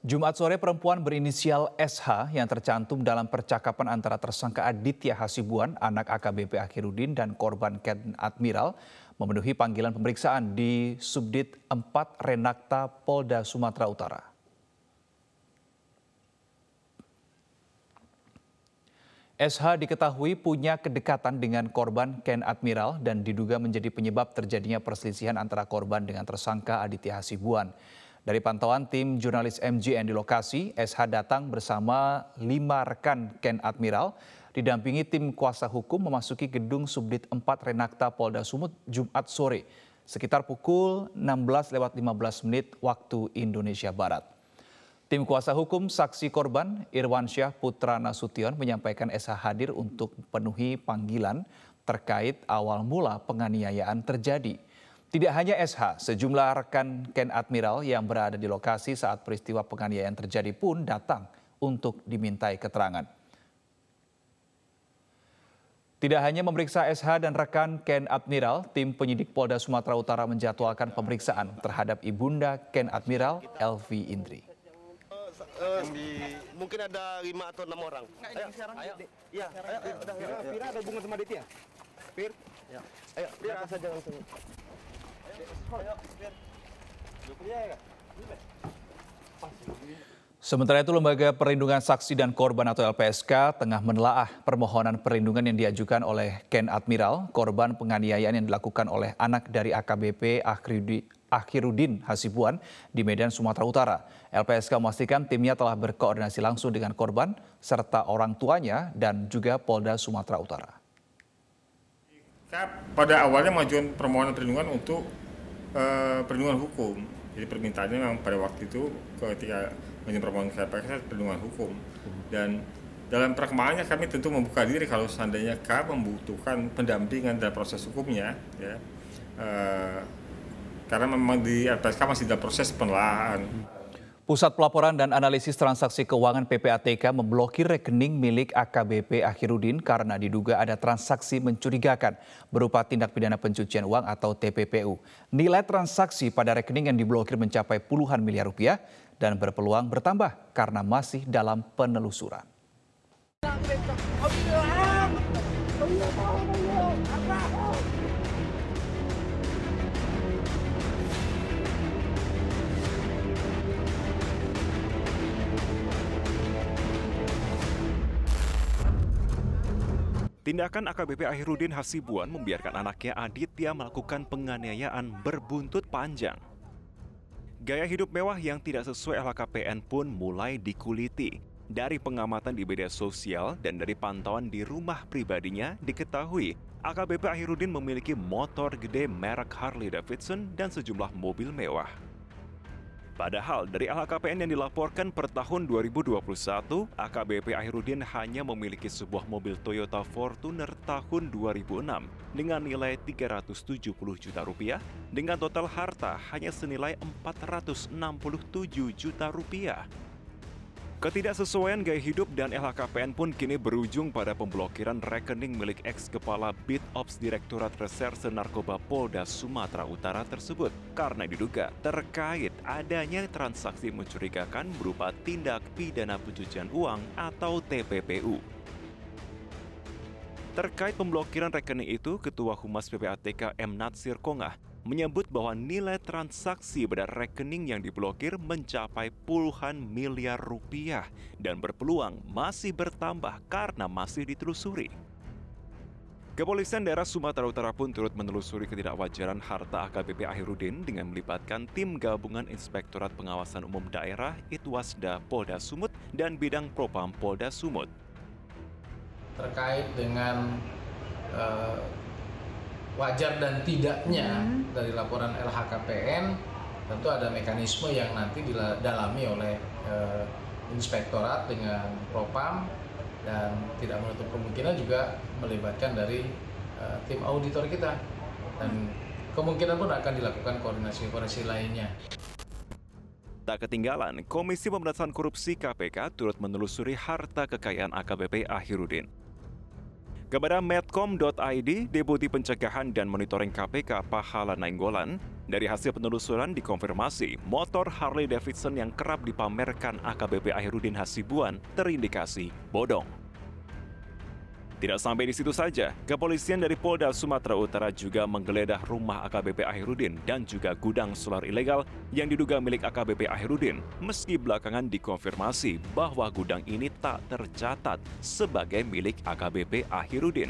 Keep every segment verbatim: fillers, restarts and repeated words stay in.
Jumat sore perempuan berinisial S H yang tercantum dalam percakapan antara tersangka Aditya Hasibuan, anak A K B P Akhirudin dan korban Ken Admiral memenuhi panggilan pemeriksaan di Subdit empat Renakta Polda Sumatera Utara. S H diketahui punya kedekatan dengan korban Ken Admiral dan diduga menjadi penyebab terjadinya perselisihan antara korban dengan tersangka Aditya Hasibuan. Dari pantauan tim jurnalis M J N di lokasi, S H datang bersama lima rekan Ken Admiral, didampingi tim kuasa hukum memasuki gedung Subdit empat Renakta Polda Sumut Jumat sore, sekitar pukul enam belas lewat lima belas menit waktu Indonesia Barat. Tim kuasa hukum saksi korban Irwansyah Putra Nasution menyampaikan S H hadir untuk penuhi panggilan terkait awal mula penganiayaan terjadi. Tidak hanya S H, sejumlah rekan Ken Admiral yang berada di lokasi saat peristiwa penganiayaan terjadi pun datang untuk dimintai keterangan. Tidak hanya memeriksa S H dan rekan Ken Admiral, tim penyidik Polda Sumatera Utara menjatuhalkan pemeriksaan terhadap ibunda Ken Admiral, Elvi Indri. Uh, di, mungkin ada lima atau enam orang. Ayo, ayo, iya, ayo, ayo, udah, Fira, Fira ada hubungan sama Aditya? Fir, ya. Ayo, Fira saja langsung. Ayo, Fir. Sementara itu, Lembaga Perlindungan Saksi dan Korban atau L P S K tengah menelaah permohonan perlindungan yang diajukan oleh Ken Admiral, korban penganiayaan yang dilakukan oleh anak dari A K B P Akhirudin Hasibuan di Medan, Sumatera Utara. L P S K memastikan timnya telah berkoordinasi langsung dengan korban serta orang tuanya dan juga Polda Sumatera Utara. Pada awalnya mengajukan permohonan perlindungan untuk uh, perlindungan hukum. Jadi permintaannya memang pada waktu itu ketika mengajukan permohonan ke L P S K perlindungan hukum. Dan dalam perkembangannya kami tentu membuka diri kalau seandainya K membutuhkan pendampingan dalam proses hukumnya, ya. Uh, karena memang di L P S K masih dalam proses penelaahan. Pusat Pelaporan dan Analisis Transaksi Keuangan P P A T K memblokir rekening milik A K B P Akhirudin karena diduga ada transaksi mencurigakan berupa tindak pidana pencucian uang atau T P P U. Nilai transaksi pada rekening yang diblokir mencapai puluhan miliar rupiah dan berpeluang bertambah karena masih dalam penelusuran. Tindakan A K B P Akhirudin Hasibuan membiarkan anaknya Aditya melakukan penganiayaan berbuntut panjang. Gaya hidup mewah yang tidak sesuai L H K P N pun mulai dikuliti. Dari pengamatan di media sosial dan dari pantauan di rumah pribadinya diketahui A K B P Akhirudin memiliki motor gede merek Harley Davidson dan sejumlah mobil mewah. Padahal dari L H K P N yang dilaporkan per tahun dua ribu dua puluh satu, A K B P Akhirudin hanya memiliki sebuah mobil Toyota Fortuner tahun dua ribu enam dengan nilai tiga ratus tujuh puluh juta rupiah dengan total harta hanya senilai empat ratus enam puluh tujuh juta rupiah. Ketidaksesuaian gaya hidup dan L H K P N pun kini berujung pada pemblokiran rekening milik ex-kepala Bit Ops Direktorat Reserse Narkoba Polda Sumatera Utara tersebut karena diduga terkait adanya transaksi mencurigakan berupa tindak pidana pencucian uang atau T P P U. Terkait pemblokiran rekening itu, Ketua Humas P P A T K M Natsir Kongah menyebut bahwa nilai transaksi pada rekening yang diblokir mencapai puluhan miliar rupiah dan berpeluang masih bertambah karena masih ditelusuri. Kepolisian daerah Sumatera Utara pun turut menelusuri ketidakwajaran harta A K B P Akhirudin dengan melibatkan tim gabungan Inspektorat Pengawasan Umum Daerah Itwasda Polda Sumut dan Bidang Propam Polda Sumut. Terkait dengan uh, wajar dan tidaknya hmm. dari laporan L H K P N, tentu ada mekanisme yang nanti didalami oleh uh, Inspektorat dengan Propam dan tidak menutup kemungkinan juga melibatkan dari uh, tim auditor kita dan kemungkinan pun akan dilakukan koordinasi-koordinasi lainnya. Tak ketinggalan, Komisi Pemberantasan Korupsi K P K turut menelusuri harta kekayaan A K B P Akhirudin. Kepada medcom dot i d, Deputi Pencegahan dan Monitoring K P K Pahala Nainggolan, dari hasil penelusuran dikonfirmasi motor Harley Davidson yang kerap dipamerkan A K B P Ahirudin Hasibuan terindikasi bodong. Tidak sampai di situ saja, kepolisian dari Polda Sumatera Utara juga menggeledah rumah A K B P Ahirudin dan juga gudang solar ilegal yang diduga milik A K B P Ahirudin, meski belakangan dikonfirmasi bahwa gudang ini tak tercatat sebagai milik A K B P Ahirudin.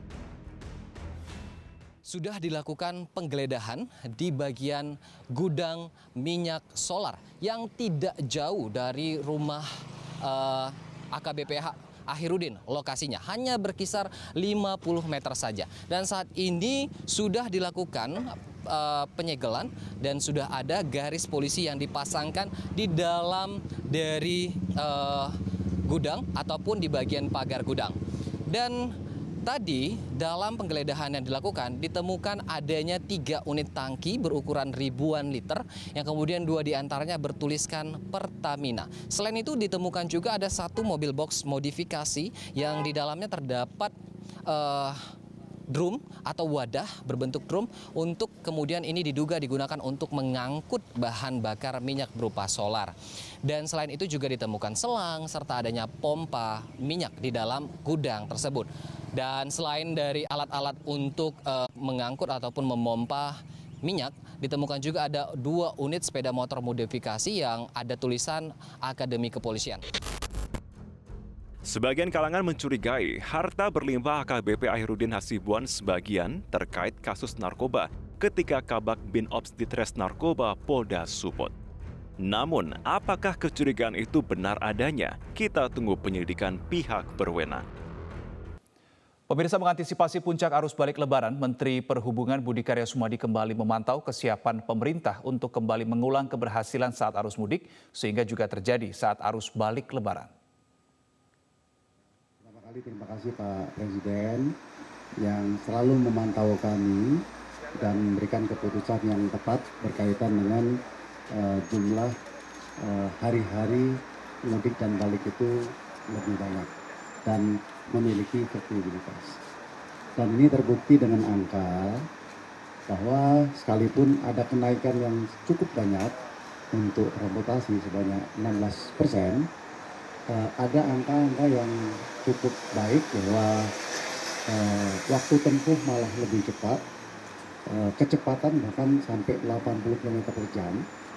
Sudah dilakukan penggeledahan di bagian gudang minyak solar yang tidak jauh dari rumah uh, A K B P Ahirudin. Lokasinya hanya berkisar lima puluh meter saja. Dan saat ini sudah dilakukan uh, penyegelan dan sudah ada garis polisi yang dipasangkan di dalam dari uh, gudang ataupun di bagian pagar gudang. Dan tadi dalam penggeledahan yang dilakukan ditemukan adanya tiga unit tangki berukuran ribuan liter yang kemudian dua diantaranya bertuliskan Pertamina. Selain itu ditemukan juga ada satu mobil box modifikasi yang di dalamnya terdapat uh, drum atau wadah berbentuk drum untuk kemudian ini diduga digunakan untuk mengangkut bahan bakar minyak berupa solar. Dan selain itu juga ditemukan selang serta adanya pompa minyak di dalam gudang tersebut. Dan selain dari alat-alat untuk uh, mengangkut ataupun memompa minyak, ditemukan juga ada dua unit sepeda motor modifikasi yang ada tulisan Akademi Kepolisian. Sebagian kalangan mencurigai harta berlimpah A K B P Ahirudin Hasibuan sebagian terkait kasus narkoba ketika Kabak Bin Ops Ditres Narkoba Polda Supot. Namun, apakah kecurigaan itu benar adanya? Kita tunggu penyelidikan pihak berwenang. Pemirsa, mengantisipasi puncak arus balik Lebaran, Menteri Perhubungan Budi Karya Sumadi kembali memantau kesiapan pemerintah untuk kembali mengulang keberhasilan saat arus mudik, sehingga juga terjadi saat arus balik Lebaran. Pertama kali terima kasih Pak Presiden yang selalu memantau kami dan memberikan keputusan yang tepat berkaitan dengan uh, jumlah uh, hari-hari mudik dan balik itu lebih banyak dan memiliki fleksibilitas. Dan ini terbukti dengan angka bahwa sekalipun ada kenaikan yang cukup banyak untuk transportasi sebanyak enam belas persen, eh, ada angka-angka yang cukup baik bahwa eh, waktu tempuh malah lebih cepat, eh, kecepatan bahkan sampai delapan puluh kilometer per jam,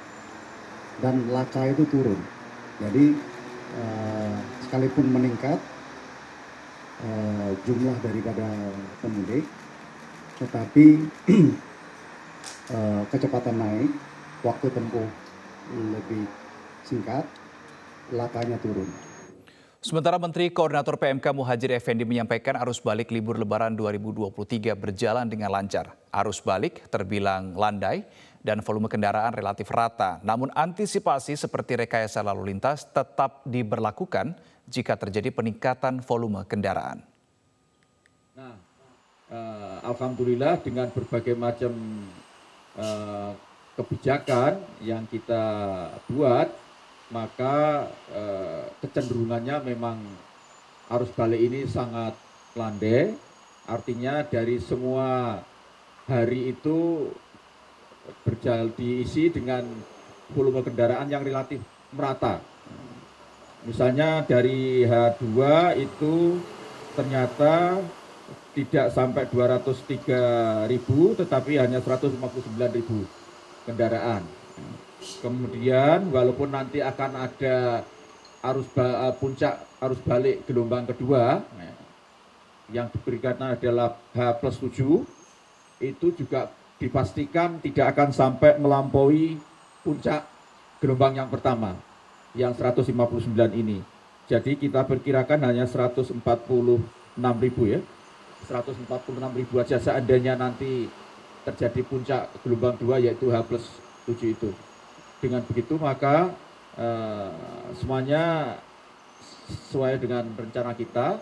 dan laka itu turun. Jadi eh, sekalipun meningkat Uh, jumlah daripada pemudik, tetapi uh, kecepatan naik, waktu tempuh lebih singkat, lakanya turun. Sementara Menteri Koordinator P M K Muhadjir Effendi menyampaikan arus balik libur Lebaran dua ribu dua puluh tiga berjalan dengan lancar. Arus balik terbilang landai dan volume kendaraan relatif rata. Namun antisipasi seperti rekayasa lalu lintas tetap diberlakukan jika terjadi peningkatan volume kendaraan. Nah, uh, alhamdulillah dengan berbagai macam uh, kebijakan yang kita buat, maka uh, kecenderungannya memang arus balik ini sangat landai. Artinya dari semua hari itu berjalan diisi dengan volume kendaraan yang relatif merata. Misalnya dari H dua itu ternyata tidak sampai dua ratus tiga ribu tetapi hanya seratus lima puluh sembilan ribu kendaraan. Kemudian walaupun nanti akan ada arus puncak arus balik gelombang kedua yang diberikan adalah H plus tujuh, itu juga dipastikan tidak akan sampai melampaui puncak gelombang yang pertama yang seratus lima puluh sembilan ini. Jadi kita perkirakan hanya seratus empat puluh enam ribu ya. seratus empat puluh enam ribu aja seandainya nanti terjadi puncak gelombang dua yaitu H plus tujuh itu. Dengan begitu maka eh, semuanya sesuai dengan rencana kita.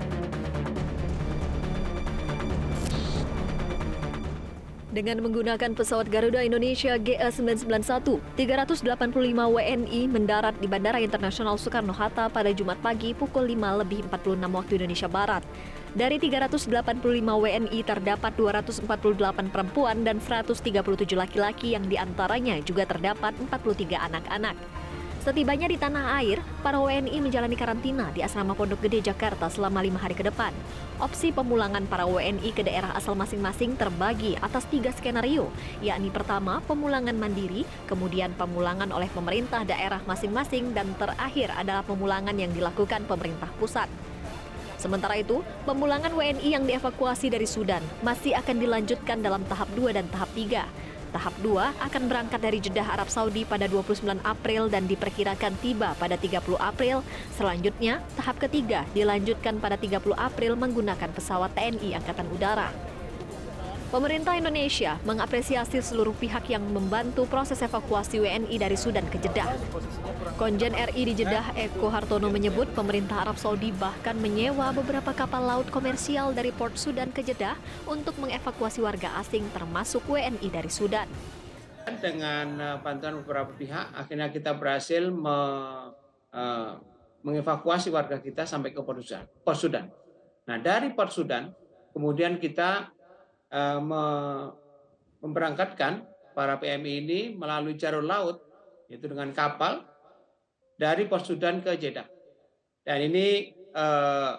Dengan menggunakan pesawat Garuda Indonesia G A sembilan sembilan satu, tiga ratus delapan puluh lima W N I mendarat di Bandara Internasional Soekarno-Hatta pada Jumat pagi pukul lima lebih empat puluh enam waktu Indonesia Barat. Dari tiga ratus delapan puluh lima W N I terdapat dua ratus empat puluh delapan perempuan dan seratus tiga puluh tujuh laki-laki yang diantaranya juga terdapat empat puluh tiga anak-anak. Setibanya di tanah air, para W N I menjalani karantina di Asrama Pondok Gede, Jakarta selama lima hari ke depan. Opsi pemulangan para W N I ke daerah asal masing-masing terbagi atas tiga skenario, yakni pertama pemulangan mandiri, kemudian pemulangan oleh pemerintah daerah masing-masing, dan terakhir adalah pemulangan yang dilakukan pemerintah pusat. Sementara itu, pemulangan W N I yang dievakuasi dari Sudan masih akan dilanjutkan dalam tahap dua dan tahap tiga. Tahap dua akan berangkat dari Jeddah, Arab Saudi pada dua puluh sembilan April dan diperkirakan tiba pada tiga puluh April. Selanjutnya, tahap ketiga dilanjutkan pada tiga puluh April menggunakan pesawat T N I Angkatan Udara. Pemerintah Indonesia mengapresiasi seluruh pihak yang membantu proses evakuasi W N I dari Sudan ke Jeddah. Konjen R I di Jeddah, Eko Hartono, menyebut pemerintah Arab Saudi bahkan menyewa beberapa kapal laut komersial dari Port Sudan ke Jeddah untuk mengevakuasi warga asing termasuk W N I dari Sudan. Dengan bantuan beberapa pihak, akhirnya kita berhasil me, uh, mengevakuasi warga kita sampai ke Port Sudan. Port Sudan. Nah, dari Port Sudan, kemudian kita uh, me, memberangkatkan para P M I ini melalui jalur laut, yaitu dengan kapal, dari Port Sudan ke Jeddah. Dan ini eh,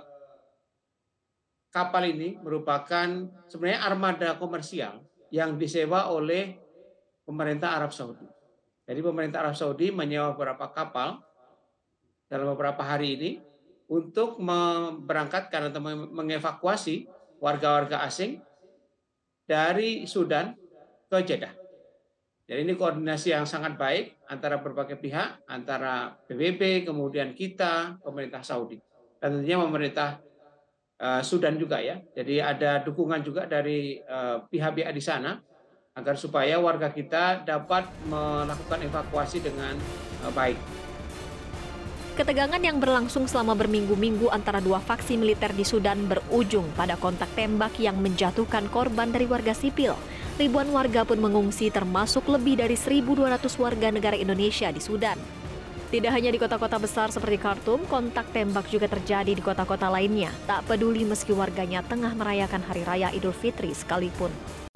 kapal ini merupakan sebenarnya armada komersial yang disewa oleh pemerintah Arab Saudi. Jadi pemerintah Arab Saudi menyewa beberapa kapal dalam beberapa hari ini untuk memberangkatkan atau mengevakuasi warga-warga asing dari Sudan ke Jeddah. Jadi ini koordinasi yang sangat baik antara berbagai pihak, antara P B B, kemudian kita, pemerintah Saudi. Dan tentunya pemerintah uh, Sudan juga ya. Jadi ada dukungan juga dari uh, pihak-pihak di sana agar supaya warga kita dapat melakukan evakuasi dengan uh, baik. Ketegangan yang berlangsung selama berminggu-minggu antara dua faksi militer di Sudan berujung pada kontak tembak yang menjatuhkan korban dari warga sipil. Ribuan warga pun mengungsi, termasuk lebih dari seribu dua ratus warga negara Indonesia di Sudan. Tidak hanya di kota-kota besar seperti Khartoum, kontak tembak juga terjadi di kota-kota lainnya. Tak peduli meski warganya tengah merayakan Hari Raya Idul Fitri sekalipun.